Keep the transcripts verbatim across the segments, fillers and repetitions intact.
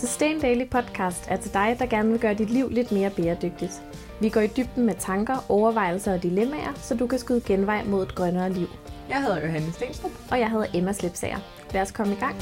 Sustain Daily Podcast er til dig, der gerne vil gøre dit liv lidt mere bæredygtigt. Vi går i dybden med tanker, overvejelser og dilemmaer, så du kan skyde genvej mod et grønnere liv. Jeg hedder Johanne Stenstrup. Og jeg hedder Emma Slipsager. Lad os komme i gang.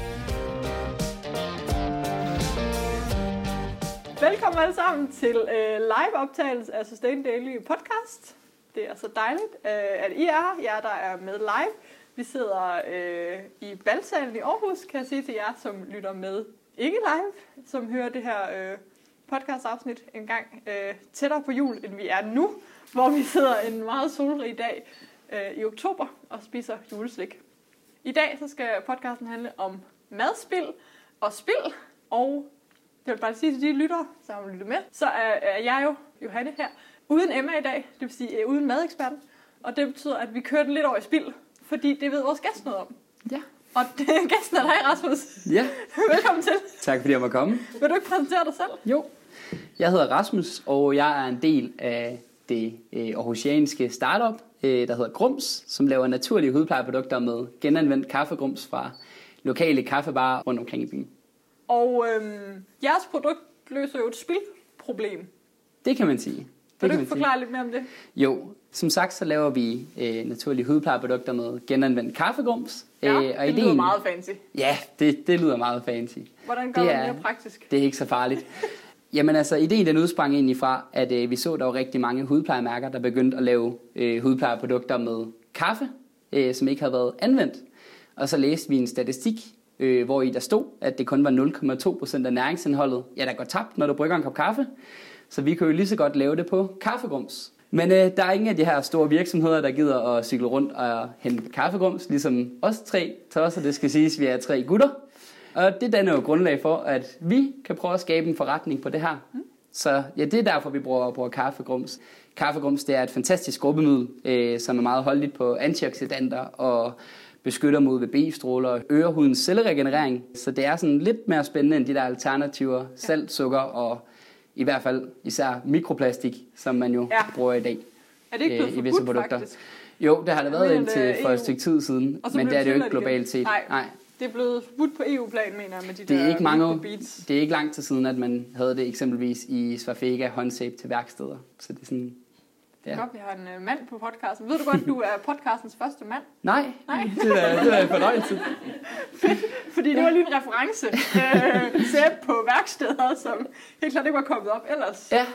Velkommen alle sammen til øh, live-optagelse af Sustain Daily Podcast. Det er så dejligt, øh, at I er her, jer der er med live. Vi sidder øh, i Balsalen i Aarhus, kan jeg sige til jer, som lytter med ikke live, som hører det her øh, podcast-afsnit en gang øh, tættere på jul, end vi er nu, hvor vi sidder en meget solrig dag øh, i oktober og spiser juleslik. I dag så skal podcasten handle om madspild og spild, og jeg vil bare sige til de lyttere, som har lyttet med, så er, er jeg jo, Johanne her, uden Emma i dag, det vil sige øh, uden madeksperten, og det betyder, at vi kører den lidt over i spild, fordi det ved vores gæst noget om. Ja. Og det, gæsten er dig, Rasmus. Ja. Velkommen til. Tak fordi jeg måtte komme. Vil du ikke præsentere dig selv? Jo. Jeg hedder Rasmus, og jeg er en del af det øh, aarhusianske startup, øh, der hedder Grums, som laver naturlige hudplejeprodukter med genanvendt kaffegrums fra lokale kaffebarer rundt omkring i byen. Og øhm, jeres produkt løser jo et spildproblem. Det kan man sige. Vil du ikke forklare lidt mere om det? Jo, som sagt så laver vi øh, naturlige hudplejeprodukter med genanvendt kaffegrums. Ja, øh, og det ideen, lyder meget fancy. Ja, det, det lyder meget fancy. Hvordan gør det man er, mere praktisk? Det er ikke så farligt. Jamen altså, ideen den udsprang egentlig fra, at øh, vi så, der var rigtig mange hudplejemærker, der begyndte at lave øh, hudplejeprodukter med kaffe, øh, som ikke havde været anvendt. Og så læste vi en statistik, øh, hvor i der stod, at det kun var nul komma to procent af næringsindholdet, ja, der går tabt, når du brygger en kop kaffe. Så vi kan jo lige så godt lave det på kaffegrums. Men øh, der er ingen af de her store virksomheder, der gider at cykle rundt og hente kaffegrums, ligesom os tre tosser, det skal siges, vi er tre gutter. Og det danner jo grundlag for, at vi kan prøve at skabe en forretning på det her. Mm. Så ja, det er derfor, vi bruger, bruger kaffegrums. Kaffegrums, det er et fantastisk gruppemiddel, øh, som er meget holdigt på antioxidanter og beskytter mod U V-stråler og øger hudens celleregenerering. Så det er sådan lidt mere spændende end de der alternativer, salt, sukker og i hvert fald især mikroplastik, som man jo ja. bruger i dag. Er det ikke blevet øh, i visse forbudt, produkter. faktisk? Jo, det har det været indtil for E U. et stykke tid siden, men det er det jo ikke globalt set. Nej, Nej, det er blevet forbudt på E U-plan, mener jeg, med de det der er ikke mange, beats. Det er ikke lang tid siden, at man havde det eksempelvis i Svafega håndsæbe til værksteder. Så det er sådan... Ja. Godt, vi har en uh, mand på podcasten. Ved du godt, du er podcastens første mand? Nej, Nej. det er, det er en fornøjelse. Fordi det var lige en reference øh, sæbe på værksteder, som helt klart ikke var kommet op ellers. Ja.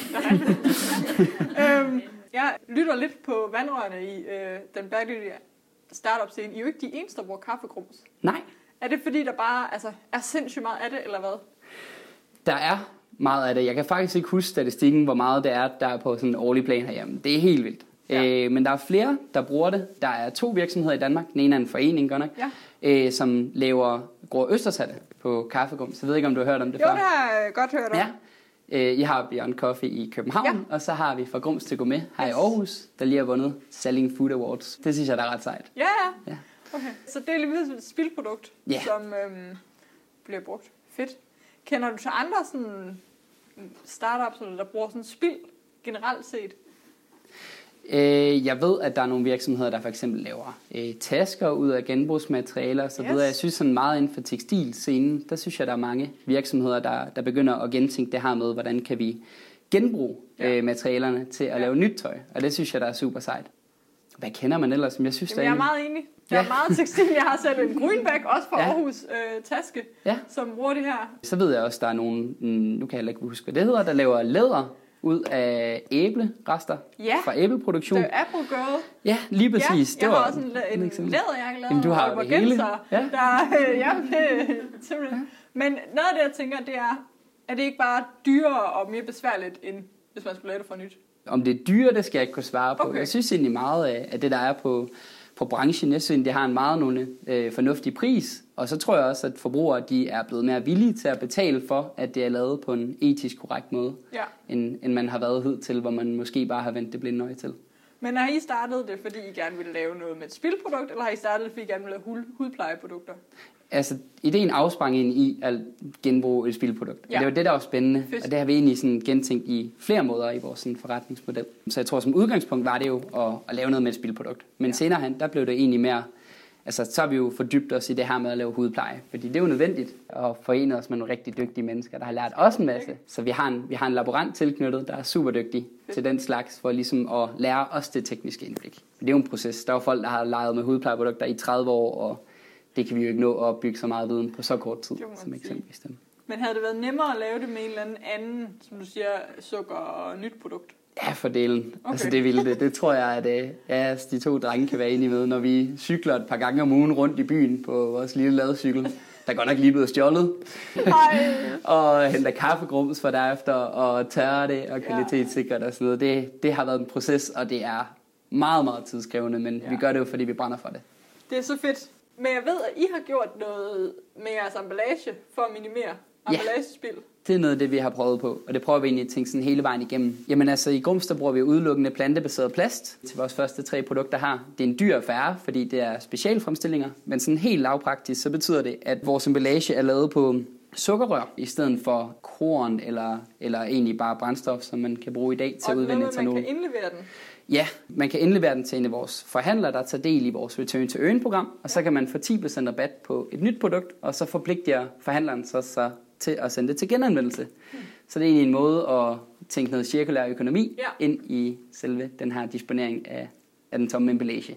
øhm, jeg lytter lidt på vandrørene i øh, den bæredygtige startup-scene. I er jo ikke de eneste, der bruger kaffegrums. Nej. Er det fordi, der bare altså, er sindssygt meget af det, eller hvad? Der er meget af det. Jeg kan faktisk ikke huske statistikken, hvor meget det er, der er på sådan en årlig plan herhjemme. Det er helt vildt. Ja. Øh, men der er flere, der bruger det. Der er to virksomheder i Danmark. Den ene er en forening, godt nok, ja. øh, som laver grå østershatte på kaffegrums. Så jeg ved ikke, om du har hørt om det jo, før. Jo, det har jeg godt hørt om. Ja. Øh, I har Beyond Coffee i København, ja. Og så har vi fra Grums til Gourmet her yes. i Aarhus, der lige har vundet Selling Food Awards. Det synes jeg, der er ret sejt. Ja, ja. Okay. Så det er lige et spildprodukt, yeah. som øhm, bliver brugt. Fedt. Kender du til andre sådan startups, der bruger sådan spild generelt set? Øh, jeg ved, at der er nogle virksomheder, der for eksempel laver øh, tasker ud af genbrugsmaterialer og så yes. videre. Jeg synes sådan meget inden for tekstilscenen, der synes jeg, der er mange virksomheder, der, der begynder at gentænke det her med, hvordan kan vi genbruge ja. øh, materialerne til at ja. lave nyt tøj. Og det synes jeg, der er super sejt. Hvad kender man ellers? Jeg synes, Jamen, jeg er meget enig. Der ja. er meget tekstil. Jeg har selv en Grünbeck, også fra ja. Aarhus øh, taske, ja. som bruger det her. Så ved jeg også, der er nogen, nu kan jeg ikke huske, hvad det hedder, der laver læder ud af æblerester ja. fra æbleproduktion. Det er Apple Girl. Ja, lige præcis. Ja, jeg har også en, en, en læderjakke lavet. Jamen, du har jo det hele. Ja. Der, øh, ja, det, simpelthen. Men noget af det, jeg tænker, det er, er det ikke bare dyrere og mere besværligt, end hvis man skulle lave det for nyt? Om det er dyre, det skal jeg ikke kunne svare på. Okay. Jeg synes egentlig meget af det, der er på, på branchen. Jeg synes, det har en meget nogle, øh, fornuftig pris. Og så tror jeg også, at forbrugere de er blevet mere villige til at betale for, at det er lavet på en etisk korrekt måde, ja. end, end man har været hidtil, hvor man måske bare har vendt det blinde øje til. Men har I startet det, fordi I gerne ville lave noget med et spildprodukt, eller har I startet det, fordi I gerne ville lave hudplejeprodukter? Altså, ideen afsprang ind i at genbruge et spildprodukt. Ja. Og det var det, der var spændende. Fisk. Og det har vi egentlig sådan gentænkt i flere måder i vores sådan, forretningsmodel. Så jeg tror, som udgangspunkt var det jo at, at lave noget med et spildprodukt. Men ja. senere hen, der blev det egentlig mere altså, så har vi jo fordybt os i det her med at lave hudpleje, fordi det er jo nødvendigt at forene os med nogle rigtig dygtige mennesker, der har lært os en masse. Så vi har en, vi har en laborant tilknyttet, der er super dygtig til den slags, for ligesom at lære os det tekniske indblik. Det er jo en proces. Der er jo folk, der har leget med hudplejeprodukter i tredive år, og det kan vi jo ikke nå at bygge så meget viden på så kort tid, som eksempelvis dem. Men havde det været nemmere at lave det med en eller anden anden, som du siger, sukker og nyt produkt? Ja, for delen. Okay. Altså det ville det. Det tror jeg, at ja, de to drenge kan være enige med, når vi cykler et par gange om ugen rundt i byen på vores lille ladecykel. Der er godt nok lige blevet stjålet. Og henter kaffegrums for derefter, og tørre det, og kvalitetssikre det og sådan noget. Det, det har været en proces, og det er meget, meget tidskrævende, men ja. Vi gør det jo, fordi vi brænder for det. Det er så fedt. Men jeg ved, at I har gjort noget med jeres emballage for at minimere emballagespild. Ja. Det er noget af det, vi har prøvet på, og det prøver vi egentlig at tænke sådan hele vejen igennem. Jamen altså, i Grums, der bruger vi udelukkende plantebaseret plast til vores første tre produkter her. Det er en dyr affære, fordi det er specialfremstillinger, men sådan helt lavpraktisk, så betyder det, at vores emballage er lavet på sukkerrør, i stedet for korn eller, eller egentlig bare brændstof, som man kan bruge i dag til at udvinde etanol. Og man kan indlevere den? Ja, man kan indlevere den til en af vores forhandlere, der tager del i vores Return to Earn-program, og så kan man få ti procent rabat på et nyt produkt, og så forpligter forhandleren så, så til at sende det til genanvendelse. Hmm. Så det er egentlig en måde at tænke noget cirkulær økonomi ja. ind i selve den her disponering af, af den tomme emballage.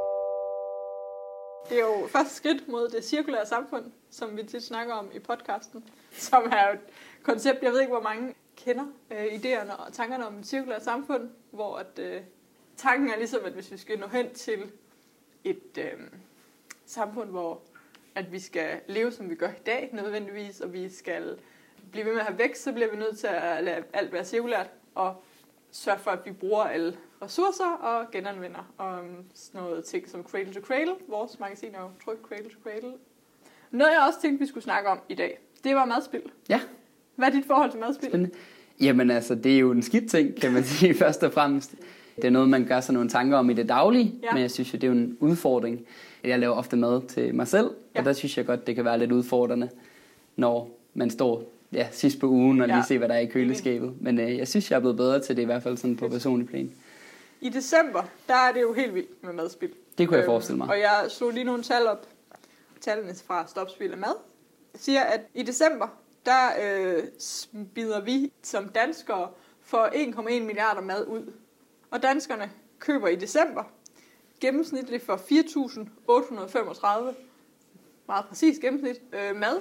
Det er jo første skridt mod det cirkulære samfund, som vi tit snakker om i podcasten, som er et koncept, jeg ved ikke, hvor mange kender øh, idéerne og tankerne om et cirkulært samfund, hvor at, øh, tanken er ligesom, at hvis vi skal nå hen til et øh, samfund, hvor at vi skal leve, som vi gør i dag, nødvendigvis, og vi skal blive ved med at have vækst, så bliver vi nødt til at lade alt være cirkulært, og sørge for, at vi bruger alle ressourcer og genanvender. Og sådan noget ting som Cradle to Cradle, vores magasin er jo trykt Cradle to Cradle. Noget jeg også tænkte, vi skulle snakke om i dag, det var madspild. Ja. Hvad er dit forhold til madspild? Spændende. Jamen altså, det er jo en skidt ting, kan man sige, først og fremmest. Det er noget, man gør sig nogle tanker om i det daglige, ja. Men jeg synes jo, det er jo en udfordring. Jeg laver ofte mad til mig selv, ja. Og der synes jeg godt, det kan være lidt udfordrende, når man står ja, sidst på ugen og lige ja. ser, hvad der er i køleskabet. Men øh, jeg synes, jeg er blevet bedre til det, i hvert fald sådan på personlig plan. I december, der er det jo helt vildt med madspild. Det kunne jeg forestille mig. Og jeg slog lige nogle tal op. Tallene fra Stopspild af Mad siger, at i december, der øh, smider vi som danskere for en komma en milliarder mad ud. Og danskerne køber i december gennemsnitligt for fire tusind otte hundrede femogtredive, meget præcis gennemsnit, øh, mad.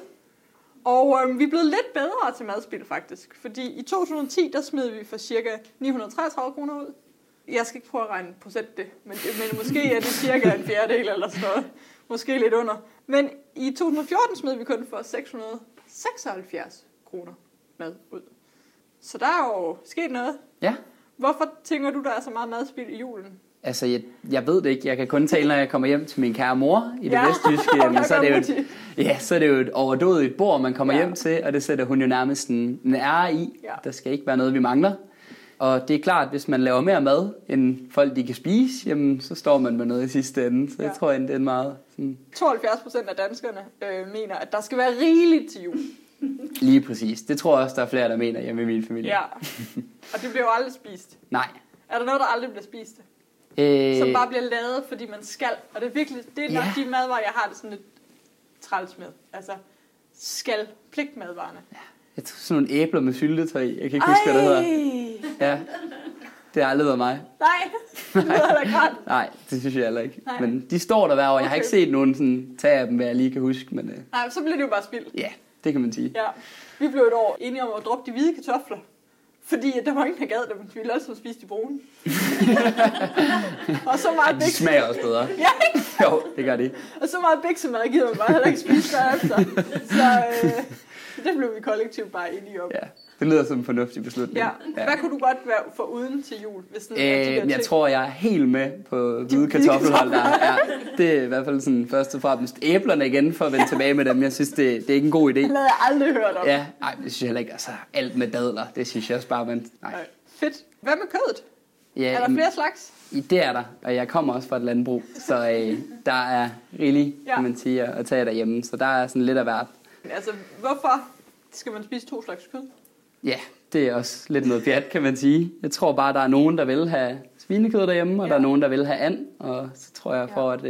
Og øh, vi er blevet lidt bedre til madspild faktisk, fordi i to tusind og ti, der smed vi for cirka ni hundrede treogtredive kroner ud. Jeg skal ikke prøve at regne procent det, men, men måske er det cirka en fjerdedel eller sådan noget. Måske lidt under. Men i to tusind og fjorten smed vi kun for seks hundrede seksoghalvfjerds kroner mad ud. Så der er jo sket noget. Ja. Hvorfor tænker du, der er så meget madspild i julen? Altså, jeg, jeg ved det ikke. Jeg kan kun tale, når jeg kommer hjem til min kære mor i det ja. vestjyske. Men så er det jo et, ja, så er det jo et overdådigt bord, man kommer ja. hjem til, og det sætter hun jo nærmest en, en ære i. Ja. Der skal ikke være noget, vi mangler. Og det er klart, at hvis man laver mere mad, end folk de kan spise, jamen, så står man med noget i sidste ende. Så ja. jeg tror, det er meget sådan... tooghalvfjerds procent af danskerne øh, mener, at der skal være rigeligt til jul. Lige præcis. Det tror jeg også, der er flere, der mener hjemme i min familie. Ja, og det bliver jo aldrig spist. Nej. Er der noget, der aldrig bliver spist? Øh... Som bare bliver lavet, fordi man skal. Og det er virkelig, det er nok ja. de madvarer, jeg har det sådan lidt træls med. Altså, skal pligtmadvarerne. Ja. Jeg tror sådan nogle æbler med syltetøj. Jeg kan ikke Ej. huske, hvad det hedder. Ja, det har aldrig været mig. Nej, det hedder da godt. Nej, det synes jeg heller ikke. Nej. Men de står der hver år. Okay. Jeg har ikke set nogen sådan, tage af dem, hvad jeg lige kan huske. Men, øh... Nej, så bliver det jo bare spild. Ja, det kan man sige. Ja. Vi blev et år enige om at droppe de hvide kartofler. Fordi der var ingen, der gad dem. Vi ville altså spise de brune. Og så meget biksemad. De smager også bedre. Ja, ikke? Jo, det gør de. Og så meget biksemad gider man bare heller ikke spise derefter. Så øh, det blev vi kollektivt bare enige om. Ja, det lyder som en fornuftig beslutning. Ja. Ja. Hvad kunne du godt være for uden til jul? Hvis sådan, øh, jeg ting? tror, jeg er helt med på hvide kartoffelhold der. Ja, det er i hvert fald sådan først og fremmest æblerne igen, for at vende tilbage med dem. Jeg synes, det, det er ikke en god idé. Det havde jeg aldrig hørt om. Ja, nej, det synes jeg heller ikke. Altså, alt med dadler, det synes jeg også bare, men nej. nej. Fedt. Hvad med kødet? Ja, er der flere slags? Det er der, og jeg kommer også fra et landbrug, så øh, der er rigeligt, ja. kan man sige, at tage derhjemme. Så der er sådan lidt af hvert. Altså, hvorfor skal man spise to slags kød? Ja, det er også lidt noget pjat, kan man sige. Jeg tror bare, der er nogen, der vil have svinekød derhjemme, og ja. der er nogen, der vil have and. Og så tror jeg, for at øh,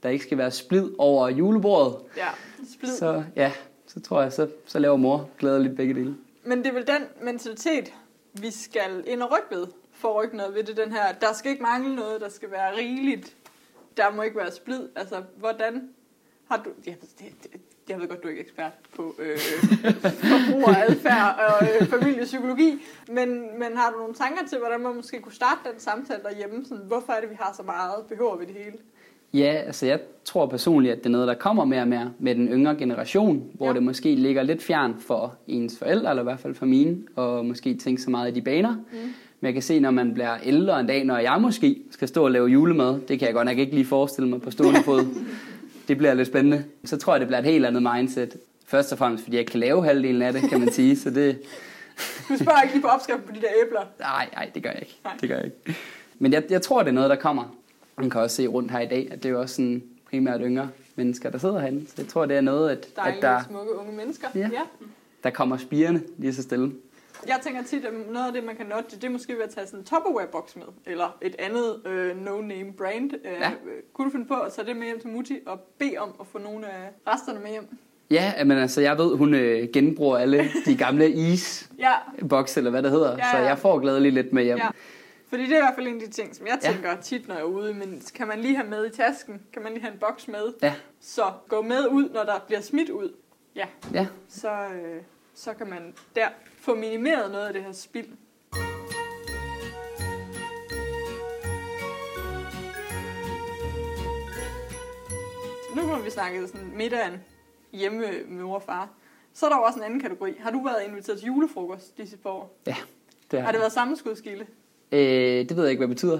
der ikke skal være splid over julebordet. Ja, splid. Så ja, så tror jeg, så, så laver mor glædeligt begge dele. Men det er vel den mentalitet, vi skal ind og rykke ved, for at rykke noget ved det, den her. Der skal ikke mangle noget, der skal være rigeligt. Der må ikke være splid. Altså, hvordan har du... Jeg ved, det, det, jeg ved godt, du er ikke ekspert på øh, forbrugeradfærd og øh, familiepsykologi, men, men har du nogle tanker til, hvordan man måske kunne starte den samtale derhjemme? Sådan, hvorfor er det, vi har så meget? Behøver vi det hele? Ja, altså jeg tror personligt, at det er noget, der kommer mere og mere med den yngre generation, hvor ja. det måske ligger lidt fjern for ens forældre, eller i hvert fald for mine, og måske tænke så meget i de baner. Mm. Men jeg kan se, når man bliver ældre en dag, når jeg måske skal stå og lave julemad, det kan jeg godt nok ikke lige forestille mig på stående fod. Det bliver lidt spændende. Så tror jeg, det bliver et helt andet mindset. Først og fremmest, fordi jeg ikke kan lave halvdelen af det, kan man sige. Så det... Du spørger ikke lige på opskriften på de der æbler? Nej, nej, det gør jeg ikke. Det gør jeg ikke. Men jeg, jeg tror, det er noget, der kommer. Man kan også se rundt her i dag, at det er jo også sådan primært yngre mennesker, der sidder herinde. Så jeg tror, det er noget, at, Dejlige, at der... smukke unge mennesker. Ja, ja. Der kommer spirene lige så stille. Jeg tænker tit, at noget af det, man kan nudge, det er måske ved at tage sådan en Tupperware-boks med, eller et andet øh, no-name brand. Øh, ja. Kunne du finde på at tage det med hjem til Mutti og bede om at få nogle af resterne med hjem? Ja, men altså, jeg ved, hun øh, genbruger alle de gamle is-boks, ja. eller hvad det hedder, ja, ja. Så jeg får glædeligt lidt med hjem. Ja. Fordi det er i hvert fald en af de ting, som jeg tænker ja. tit, når jeg er ude, men kan man lige have med i tasken? Kan man lige have en boks med? Ja. Så gå med ud, når der bliver smidt ud. Ja. Ja. Så, øh, så kan man der få minimeret noget af det her spild. Nu har vi snakket sådan middagen hjemme med mor og far. Så er der jo også en anden kategori. Har du været inviteret til julefrokost de sidste par år? Ja, det har Har det været sammenskudskilde? Øh, det ved jeg ikke, hvad det betyder.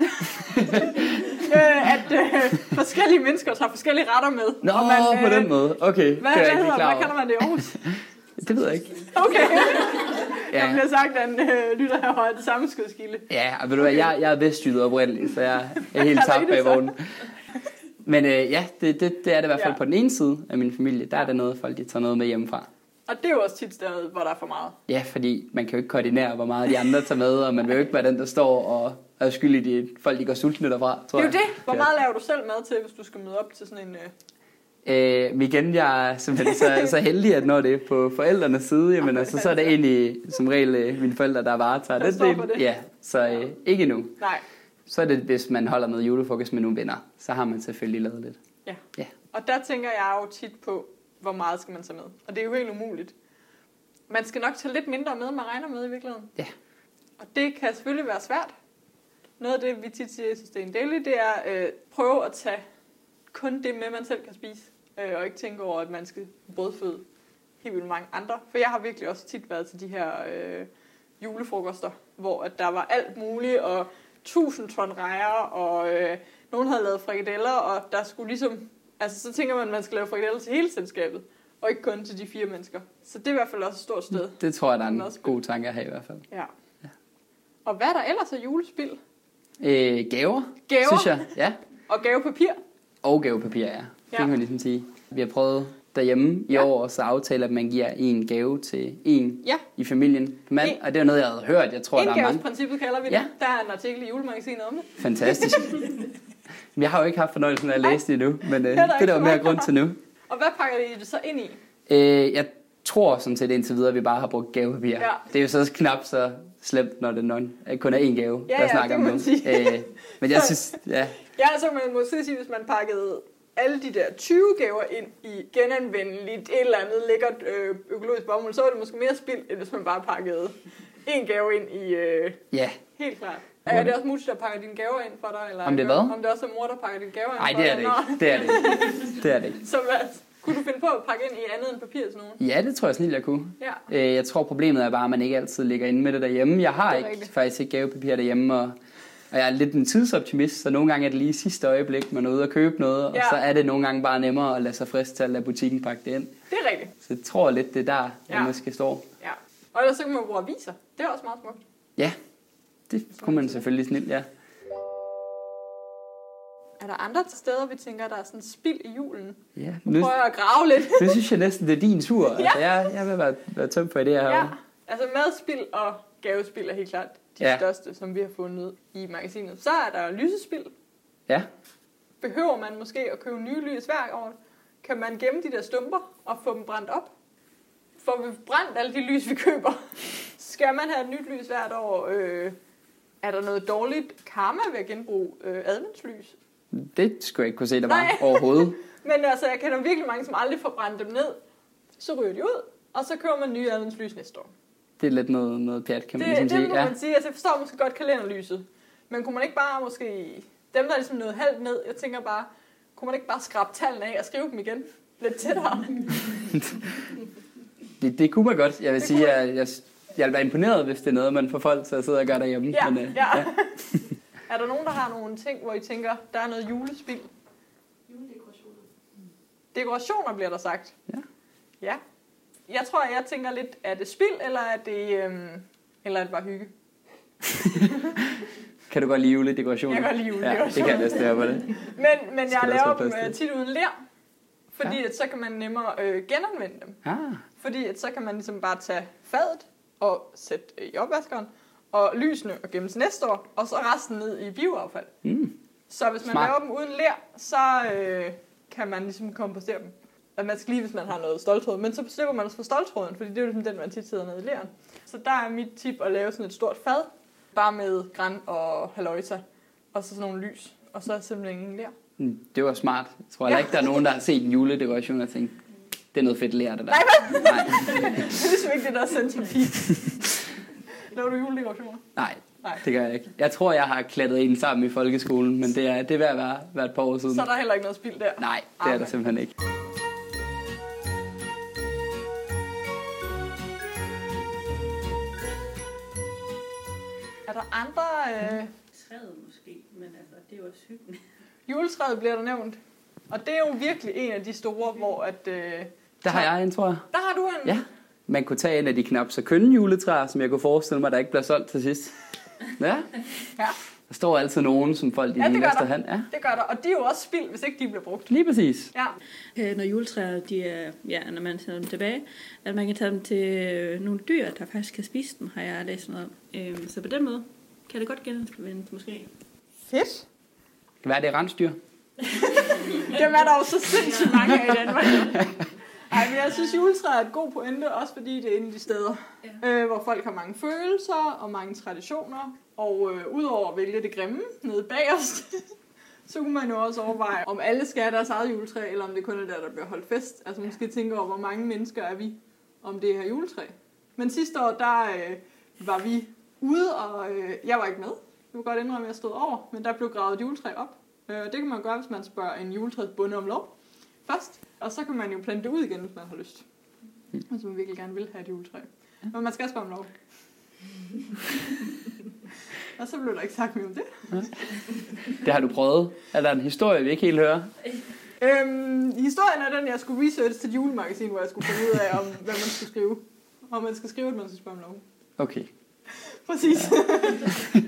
øh, at øh, forskellige mennesker tager forskellige retter med. Nå, man, øh, på den måde. Okay, hvad, det er hvad, ikke klar over. Hvad kalder man det i Aarhus? Det ved jeg ikke. Okay. Ja. Der bliver sagt, at en øh, lytter her højt sammenskudskilde. Ja, og ved du hvad, jeg, jeg er vestjydet oprindeligt, så jeg er helt tabt bag vognen. Men øh, ja, det, det, det er det i hvert fald ja. på den ene side af min familie. Der er der noget, folk de tager noget med hjemmefra. Og det er jo også tit stedet, hvor der er for meget. Ja, fordi man kan jo ikke koordinere, hvor meget de andre tager med, og man vil jo ikke være den, der står og er skyldig i, folk de går sultne derfra, tror jeg. Det er jo jeg. det. Hvor meget laver du selv mad til, hvis du skal møde op til sådan en... Øh... Øh, igen, jeg er simpelthen så, så heldig, at når det er på forældrenes side, jamen, altså, så er det egentlig som regel øh, mine forældre, der varetager den del. Det. Ja, så øh, ikke nu. Nej. Så er det, hvis man holder noget julefrokost med nogle venner, så har man selvfølgelig lavet lidt. Ja. Ja. Og der tænker jeg jo tit på, hvor meget skal man tage med. Og det er jo helt umuligt. Man skal nok tage lidt mindre med, man regner med i virkeligheden. Ja. Og det kan selvfølgelig være svært. Noget af det, vi tit siger i Sustain Daily, det er øh, prøve at tage kun det med, man selv kan spise. Øh, og ikke tænke over, at man skal brødføde helt vildt mange andre. For jeg har virkelig også tit været til de her øh, julefrokoster, hvor at der var alt muligt, og tusind ton rejer, og øh, nogen havde lavet frikadeller, og der skulle ligesom... Altså, så tænker man, at man skal lave frikadeller til hele selskabet, og ikke kun til de fire mennesker. Så det er i hvert fald også et stort sted. Det tror jeg, der er en god tanke at have i hvert fald. Ja. Ja. Og hvad er der ellers af julespild? Øh, gaver, gaver, synes jeg. Ja. Og gavepapir. Og gavepapir, ja. Det ja. kan man ligesom sige. Vi har prøvet derhjemme i ja. år, så aftale, at man giver en gave til en ja. i familien. Man, en, og det er noget, jeg havde hørt. Jeg tror, der er mange. Indgavesprincippet kalder vi det. Ja. Der er en artikel i julemagasinet om det. Fantastisk. Jeg har jo ikke haft fornøjelsen af at læse det endnu, men øh, det er der jo mere grund til nu. Og hvad pakker I det så ind i? Øh, jeg tror sådan set indtil videre, at vi bare har brugt gavepapir. Ja. Det er jo så knap så slemt, når det non, kun er én gave, ja, der ja, snakker om det. Øh, men jeg synes, ja. Ja, så man må sige, hvis man pakkede alle de der tyve gaver ind i genanvendeligt et eller andet lækkert øh, økologisk bomuld, så var det måske mere spild, end hvis man bare pakkede en gave ind i... Øh, ja. Helt klart. Er det også Mutti, der pakker dine gaver ind for dig? Eller om det hvad? Om det også er mor, der pakker dine gaver ind Ej, for dig? Nej, det er det ikke. Det er det ikke. Det er det ikke. Så hvad? Kunne du finde på at pakke ind i andet end papir til nogen? Ja, det tror jeg snilt, jeg kunne. Ja. Øh, jeg tror, problemet er bare, at man ikke altid ligger inde med det derhjemme. Jeg har ikke, faktisk ikke gavepapir derhjemme, og, og jeg er lidt en tidsoptimist, så nogle gange er det lige sidste øjeblik, man er ude og købe noget, og ja. så er det nogle gange bare nemmere at lade sig friste til at lade butikken pakke det ind. Det er rigtigt. Så jeg tror lidt, det er der, ja. jeg måske står. Ja. Og ellers så kan man bruge aviser. Det er også meget smukt. Ja, det kunne man selvfølgelig snilt, ja. Er der andre steder, vi tænker, der er sådan spild i julen? Ja. Nu prøver jeg at grave lidt. Det synes jeg næsten, det er din tur. ja. Altså, jeg, jeg vil være, være tøm for idéer her. Ja, altså madspild og gavespild er helt klart de ja. største, som vi har fundet i magasinet. Så er der lysespil. Ja. Behøver man måske at købe nye lys hver år? Kan man gemme de der stumper og få dem brændt op? Får vi brændt alle de lys, vi køber? Skal man have et nyt lys hvert år? Øh, er der noget dårligt karma ved at genbruge øh, adventslys? Det skulle jeg ikke kunne se, der var Nej. overhovedet. Men altså, jeg kender virkelig mange, som aldrig får brændt dem ned. Så ryger de ud, og så køber man nye adventslys næste år. Det er lidt noget, noget pjat, kan man det, ligesom det sige. Det må ja. man sige. Altså, jeg forstår måske godt kalenderlyset. Men kunne man ikke bare måske... Dem, der er ligesom noget halvt ned, jeg tænker bare... Kunne man ikke bare skrabe tallene af og skrive dem igen? Lidt tættere. det, det kunne man godt. Jeg vil det sige, jeg, jeg, jeg vil være imponeret, hvis det er noget, man får folk til at sidde og gøre derhjemme. Ja, Men, uh, ja. ja. Er der nogen, der har nogle ting, hvor I tænker, der er noget julespil? Juledekorationer. Dekorationer bliver der sagt. Ja. Ja. Jeg tror, jeg tænker lidt, er det spil, eller er det, øhm, eller er det bare hygge? Kan du godt lide juledekorationer? Jeg kan godt lide juledekorationer. Ja, det kan jeg næsten høre på det. Men, men jeg laver dem øh, tit uden ler, fordi ja. at så kan man nemmere øh, genanvende dem. Ah. Fordi at så kan man ligesom bare tage fadet og sætte øh, i opvaskeren, og lysene og gemme til næste år, og så resten ned i bioaffald. Mm. Så hvis man Smart. laver dem uden ler, så øh, kan man ligesom kompostere dem. Og man skal lige, hvis man har noget ståltråd. Men så slipper man også for ståltråden, fordi det er jo ligesom den, man tit sidder nede i leren. Så der er mit tip at lave sådan et stort fad, bare med gran og halløjsa, og så sådan nogle lys, og så simpelthen ingen ler. Mm, det var smart. Jeg tror ja. ikke, der er nogen, der har set en juledekoration og tænkt, det er noget fedt ler, det der. Nej, hvad? Nej. Det er ligesom ikke det, der er centrifit. Laver du juledekorationer? Nej, Nej, det gør jeg ikke. Jeg tror, jeg har klatret en sammen i folkeskolen, men det er, det er ved at være, være et par år siden. Så er der heller ikke noget spild der? Nej, det er ah, der simpelthen ikke. Er der andre... Øh... Træet måske, men altså, det er jo også hyggen. Juletræet bliver der nævnt. Og det er jo virkelig en af de store, hvor at... Øh... Der har jeg en, tror jeg. Der har du en? Ja. Man kunne tage en af de knap så kønne juletræer, som jeg kunne forestille mig, der ikke bliver solgt til sidst. Ja. Ja. Der står altid nogen, som folk de ja, det gør der. Hand. Ja, det gør der. Og de er jo også spild, hvis ikke de bliver brugt. Lige præcis. Ja. Øh, når juletræer, de er, ja, når man sender dem tilbage, at man kan tage dem til øh, nogle dyr, der faktisk kan spise dem, har jeg læst noget om. Øh, så på den måde kan det godt genanvendes måske. Fedt. Hvad er det, rensdyr? Dem er der jo så sindssygt mange af i Danmark. Ej, men jeg synes, juletræet er et god pointe, også fordi det er en af de steder, ja. øh, hvor folk har mange følelser og mange traditioner. Og øh, udover at vælge det grimme nede bagerst, så kunne man jo også overveje, om alle skal have deres eget juletræ, eller om det kun er der, der bliver holdt fest. Altså måske tænke over, hvor mange mennesker er vi om det her juletræ. Men sidste år, der øh, var vi ude, og øh, jeg var ikke med. Jeg vil godt indrømme, at jeg stod over, men der blev gravet et juletræ op. Øh, det kan man gøre, hvis man spørger en juletræsbonde om lov først. Og så kan man jo plante det ud igen, hvis man har lyst. Hvis man virkelig gerne vil have et juletræ. Men man skal spørge om lov. Og så blev der ikke sagt mere om det. Det har du prøvet. Er der en historie, vi ikke helt hører? Øhm, historien er den, jeg skulle research til et julemagasin, hvor jeg skulle finde ud af, om, hvad man skulle skrive. Og man skal skrive, at man skal spørge om lov. Okay. Præcis. Ja.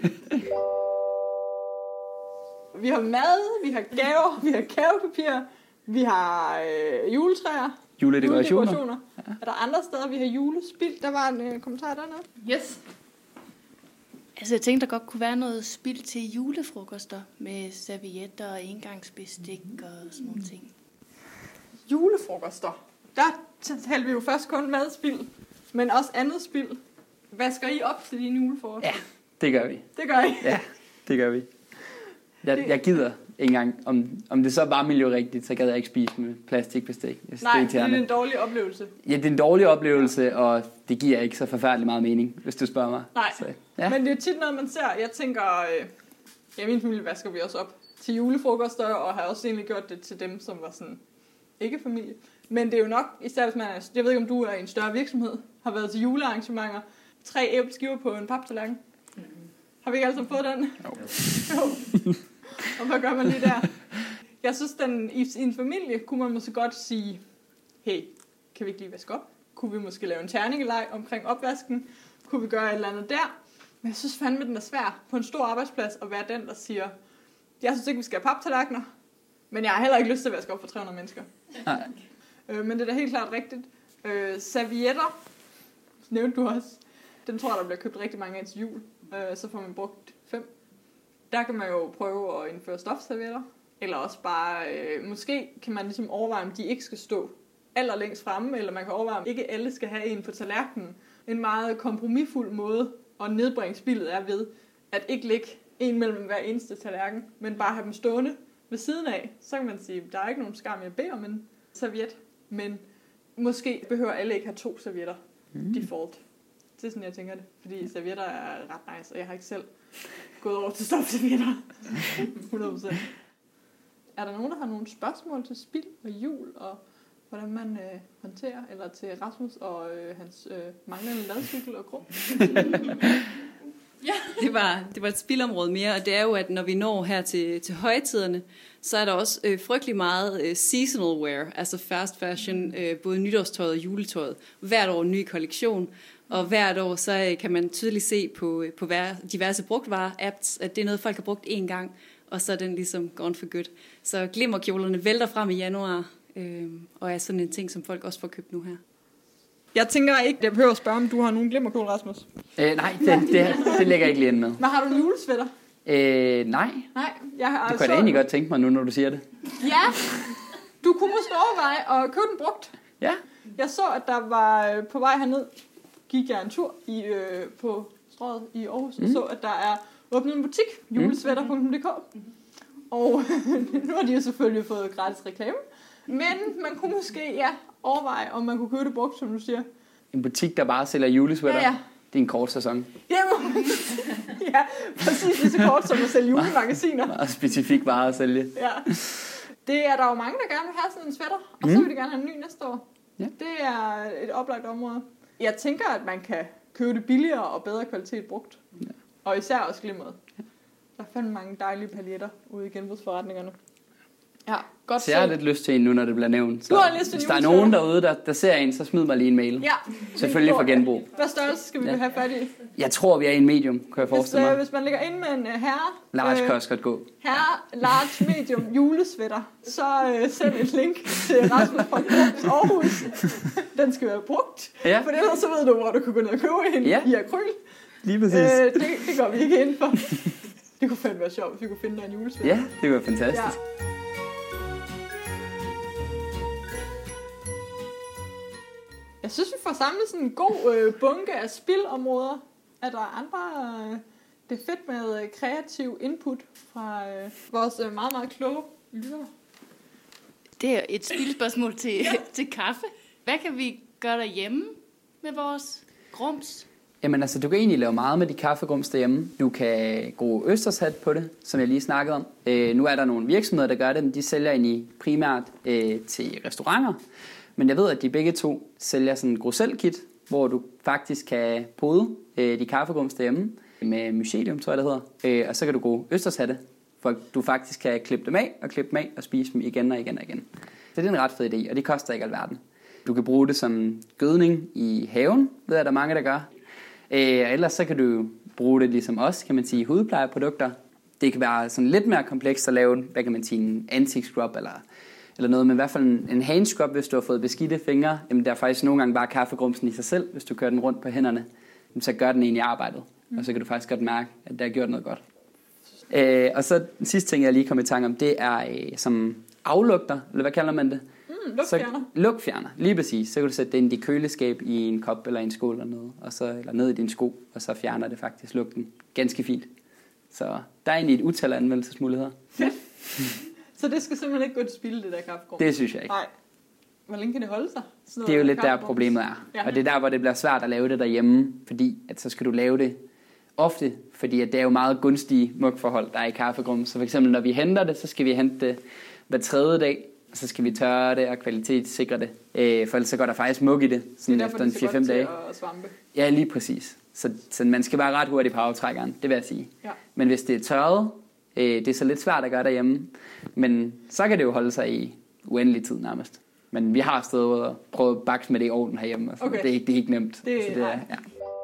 Vi har mad, vi har gaver, vi har gavepapir, vi har øh, juletræer. Juledekorationer. Juledekorationer. Ja. Er der andre steder, vi har julespil? Der var en øh, kommentar dernede. Yes. Altså, jeg tænkte, der godt kunne være noget spil til julefrokoster med servietter og engangsbestik og sådan nogle ting. Julefrokoster. Der taler vi jo først kun madspil, men også andet spil. Vasker I op til dine julefrokoster? Ja, det gør vi. Det gør I? Ja, det gør vi. Jeg, jeg gider ikke engang, om, om det så var miljørigtigt, så gad jeg ikke spise med plastikbestik. Nej, det er en dårlig oplevelse. Ja, det er en dårlig oplevelse, ja. Og det giver ikke så forfærdelig meget mening, hvis du spørger mig. Nej, så, ja. Men det er tit noget, man ser. Jeg tænker, øh, ja, min familie vasker vi også op til julefrokoster, og har også egentlig gjort det til dem, som var sådan, ikke familie. Men det er jo nok, især hvis man er, jeg ved ikke, om du er i en større virksomhed, har været til julearrangementer, tre æbleskiver på en paptallerken. Mm-hmm. Har vi ikke alle sammen fået den? Jo. Jo. Og hvad gør man lige der? Jeg synes, den, i en familie kunne man måske godt sige, hey, kan vi ikke lige vaske op? Kunne vi måske lave en terningeleg omkring opvasken? Kunne vi gøre et eller andet der? Men jeg synes fandme, den er svær på en stor arbejdsplads at være den, der siger, jeg synes ikke, vi skal have paptallerkener, men jeg har heller ikke lyst til at vaske op for tre hundrede mennesker. Nej. Øh, men det er da helt klart rigtigt. Øh, servietter, nævnte du også. Den tror jeg, der bliver købt rigtig mange af til jul. Øh, så får man brugt fem. Der kan man jo prøve at indføre stofservietter. Eller også bare, øh, måske kan man ligesom overveje, om de ikke skal stå allerlængst fremme, eller man kan overveje, om ikke alle skal have en på tallerkenen. En meget kompromisfuld måde at nedbringe spildet er ved, at ikke lægge en mellem hver eneste tallerken, men bare have dem stående ved siden af. Så kan man sige, der er ikke nogen skam i at bede om en serviet, men måske behøver alle ikke have to servietter mm. default. Det er sådan, jeg tænker det. Fordi servietter er ret nice, og jeg har ikke selv gået over til stofservietter. hundrede procent. Er der nogen, der har nogle spørgsmål til spil og jul, og hvordan man øh, håndterer, eller til Rasmus og øh, hans øh, manglende ladcykel og grå? Ja, det var, det var et spilområde mere, og det er jo, at når vi når her til, til højtiderne, så er der også øh, frygtelig meget øh, seasonal wear, altså fast fashion, øh, både nytårstøjet og juletøjet. Hvert år en ny kollektion, og hvert år så øh, kan man tydeligt se på, på hver, diverse brugtvarer-apps, at det er noget, folk har brugt én gang, og så er den ligesom gone for good. Så glimmerkjolerne vælter frem i januar, øh, og er sådan en ting, som folk også får købt nu her. Jeg tænker ikke, jeg behøver at spørge, om du har nogen glimmerkjole, Rasmus. Øh, nej, det, det, det lægger jeg ikke lige ind med. Men har du en julesvætter? Øh, nej. Nej, jeg har det kunne jeg da egentlig godt tænke mig nu, når du siger det. Ja, du kunne måske overveje at købe den brugt. Ja. Jeg så, at der var på vej herned, gik jeg en tur i, øh, på Strøget i Aarhus, mm. og så, at der er åbnet en butik, julesvætter punktum d k. Og nu har de jo selvfølgelig fået gratis reklame. Men man kunne måske ja, overveje, om man kunne købe det brugt, som du siger. En butik, der bare sælger julesvætter? Ja, ja. Det er en kort sæson. Jamen, ja, præcis lige så kort som at sælge julemagasiner. Meget specifik vare at sælge. Ja. Det er der jo mange, der gerne vil have sådan en sweater, og så vil de gerne have en ny næste år. Ja. Det er et oplagt område. Jeg tænker, at man kan købe det billigere og bedre kvalitet brugt. Ja. Og især også glimmeret. Ja. Der er fandme mange dejlige paljetter ude i genbrugsforretningerne. Ja, godt så jeg har lidt lyst til en nu, når det bliver nævnt. Så du har lyst til hvis der er nogen derude, der, der ser en, så smid mig lige en mail. Ja. Selvfølgelig for genbrug. Hvad størrelse skal vi ja. have fat i? Jeg tror, vi er i en medium, kan jeg forestille hvis, mig. Hvis man ligger inde med en uh, herre... Large kan også godt gå. Herre, large, medium, julesvætter, så uh, send et link til Rasmus fra Aarhus. Den skal være brugt. Ja. For ellers så ved du, hvor du kan gå ned og købe en ja. i akryl. Lige præcis. Uh, det, det går vi ikke ind for. Det kunne fandme være sjovt, hvis vi kunne finde dig en julesvætter. Ja, det kunne være fantastisk. Ja. Jeg synes, vi får samlet sådan en god øh, bunke af spilområder. Er der andre... Øh, det er fedt med øh, kreativ input fra øh, vores øh, meget, meget kloge lyttere. Det er et spilspørgsmål til, ja. til kaffe. Hvad kan vi gøre derhjemme med vores grums? Jamen altså, du kan egentlig lave meget med de kaffegrums derhjemme. Du kan gro østershat på det, som jeg lige snakkede om. Øh, nu er der nogle virksomheder, der gør det, men de sælger egentlig primært øh, til restauranter. Men jeg ved, at de begge to sælger sådan en grosel-kit, hvor du faktisk kan pode øh, de kaffegrums derhjemme med mycelium, tror jeg det hedder. Øh, og så kan du gro østershatte, for du faktisk kan klippe dem af og klippe dem af og spise dem igen og igen og igen. Så det er en ret fed idé, og det koster ikke alverden. Du kan bruge det som gødning i haven, ved jeg, der er mange, der gør. Øh, og ellers så kan du bruge det ligesom os, kan man sige, hudplejeprodukter. Det kan være sådan lidt mere komplekst at lave, hvad kan man sige, en anti-scrub eller... eller noget, men i hvert fald en, en hand scrub, hvis du har fået beskidte fingre. Jamen, der er faktisk nogle gange bare kaffegrumsen i sig selv, hvis du kører den rundt på hænderne. Jamen, så gør den egentlig arbejdet, mm. og så kan du faktisk godt mærke, at det har gjort noget godt. Øh, og så den sidste ting, jeg lige kom i tanke om, det er øh, som aflugter, eller hvad kalder man det? Mm, lugtfjerner. Så, lugtfjerner, lige præcis. Så kan du sætte det ind i køleskab i en kop eller en skål eller noget, og så, eller ned i din sko, og så fjerner det faktisk lugten ganske fint. Så der er egentlig et utal af anvendelsesmuligheder. Fedt. Så det skal simpelthen ikke gå til spilde, det der kaffegrum? Det synes jeg ikke. Nej. Hvor længe kan det holde sig? Det er jo lidt der problemet er. Ja. Og det er der, hvor det bliver svært at lave det derhjemme, fordi at så skal du lave det ofte, fordi at det er jo meget gunstige mugforhold, der er i kaffegrum. Så for eksempel, når vi henter det, så skal vi hente det hver tredje dag, og så skal vi tørre det og kvalitetssikre det. Øh, for ellers så går der faktisk mug i det, sådan det er efter en fire fem dage. At svampe. Ja, lige præcis. Så, så man skal være ret hurtig på aftrækkeren, det vil jeg sige. Ja. Men hvis det er tørret, øh, det er så lidt svært at gøre derhjemme, men så kan det jo holde sig i uendelig tid nærmest. Men vi har stået og prøvet at bakse med det i ovnen herhjemme, og okay. det, er ikke, det er ikke nemt. Det, så det er, ja.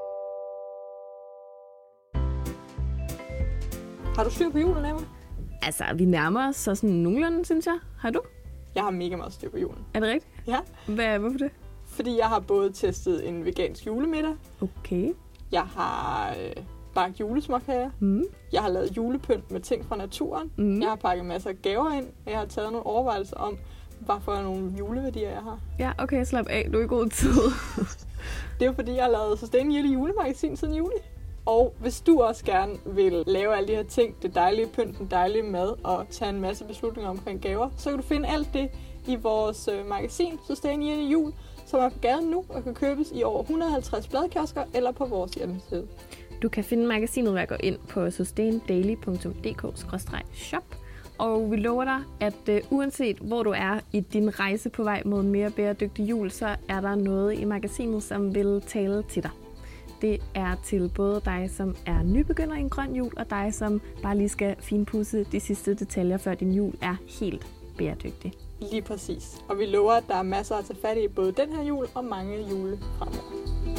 Har du styr på julen, Emma? Altså, vi nærmer os så sådan nogenlunde, synes jeg. Har du? Jeg har mega meget styr på julen. Er det rigtigt? Ja. Hvad, hvorfor det? Fordi jeg har både testet en vegansk julemiddag. Okay. Jeg har øh, bagt julesmåkager. Mm. Jeg har lavet julepynt med ting fra naturen. Mm. Jeg har pakket masser af gaver ind, og jeg har taget nogle overvejelser om, hvad for nogle juleværdier jeg har. Ja, okay, slap af. Du er i god tid. Det er jo fordi, jeg har lavet Sustain Yearly julemagasin siden juli. Og hvis du også gerne vil lave alle de her ting, det dejlige pynt, den dejlige mad og tage en masse beslutninger omkring gaver, så kan du finde alt det i vores øh, magasin Sustain Yearly Jul, som er på gaden nu og kan købes i over et hundrede og halvtreds bladkiosker eller på vores hjemmeside. Du kan finde magasinet ved at gå ind på sustaindaily punktum d k skråstreg shop. Og vi lover dig, at uh, uanset hvor du er i din rejse på vej mod en mere bæredygtig jul, så er der noget i magasinet, som vil tale til dig. Det er til både dig, som er nybegynder i en grøn jul, og dig, som bare lige skal finpudse de sidste detaljer, før din jul er helt bæredygtig. Lige præcis. Og vi lover, at der er masser at tage fat i både den her jul og mange jule fremover.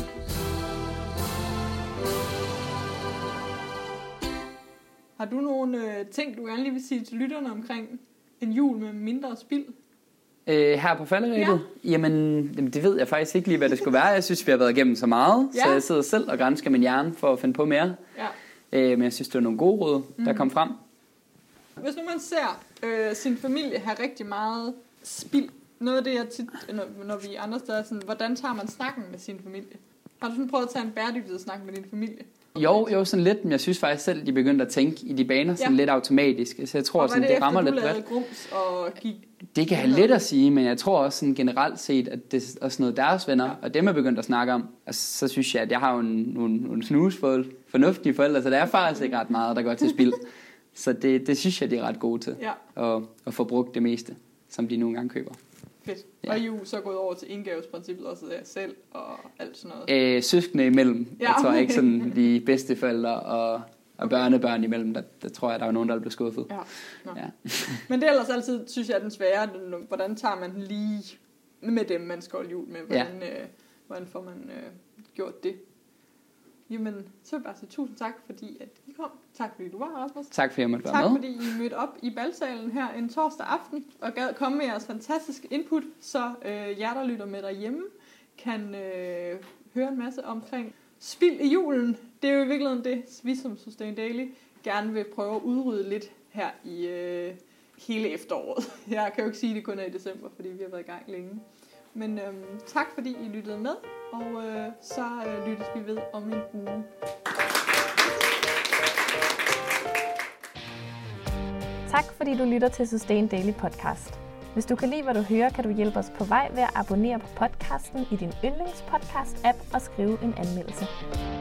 Har du nogle øh, ting, du gerne lige vil sige til lytterne omkring en jul med mindre spild? Øh, her på falderebet? Ja. Jamen, det ved jeg faktisk ikke lige, hvad det skulle være. Jeg synes, vi har været igennem så meget, ja. Så jeg sidder selv og gransker min hjerne for at finde på mere. Ja. Øh, men jeg synes, det var nogle gode råd, der mm. kom frem. Hvis nu man ser øh, sin familie have rigtig meget spild, noget af det, jeg tit, når, når vi er andre steder, sådan, hvordan tager man snakken med sin familie? Har du sådan prøvet at tage en bæredygtighedssnak med din familie? Jo, jo, sådan lidt, men jeg synes faktisk selv, de begyndte at tænke i de baner sådan ja. lidt automatisk. Så jeg tror, sådan, det, det rammer lidt bredt. Grums og gik... Det kan have lidt at sige, men jeg tror også sådan generelt set, at det er også noget deres venner, ja. og dem er begyndt at snakke om. Og så synes jeg, at jeg har jo en, nogle, nogle snusfulde, fornuftige forældre, så der er faktisk ikke ret meget, der går til spil. Så det, det synes jeg, de er ret gode til, ja. at, at få brugt det meste, som de nogle gange køber. Fedt. Ja. Og I er jo så gået over til indgavesprincippet også af selv og alt sådan noget? Øh, søskende imellem. Ja. Jeg tror ikke sådan de bedste forældre og, og okay. børnebørn imellem. Der, der tror jeg, der er nogen, der bliver skuffet. Ja. Ja. Men det er ellers altid, synes jeg, er den svære. Hvordan tager man den lige med dem, man skal holde jul med? Hvordan, ja. øh, hvordan får man øh, gjort det? Jamen, så vil jeg bare sige tusind tak, fordi at I kom. Tak fordi du var her, Rasmus. Tak fordi jeg måtte være tak, med. Tak fordi I mødte op i balsalen her en torsdag aften og gad komme med jeres fantastiske input, så øh, jer, der lytter med derhjemme, kan øh, høre en masse omkring spild i julen. Det er jo i virkeligheden det, vi som Sustain Daily gerne vil prøve at udrydde lidt her i øh, hele efteråret. Jeg kan jo ikke sige, at det kun er i december, fordi vi har været i gang længe. Men øh, tak fordi I lyttede med, og øh, så øh, lyttes vi ved om en uge. Tak fordi du lytter til Sustain Daily Podcast. Hvis du kan lide, hvad du hører, kan du hjælpe os på vej ved at abonnere på podcasten i din yndlingspodcast-app og skrive en anmeldelse.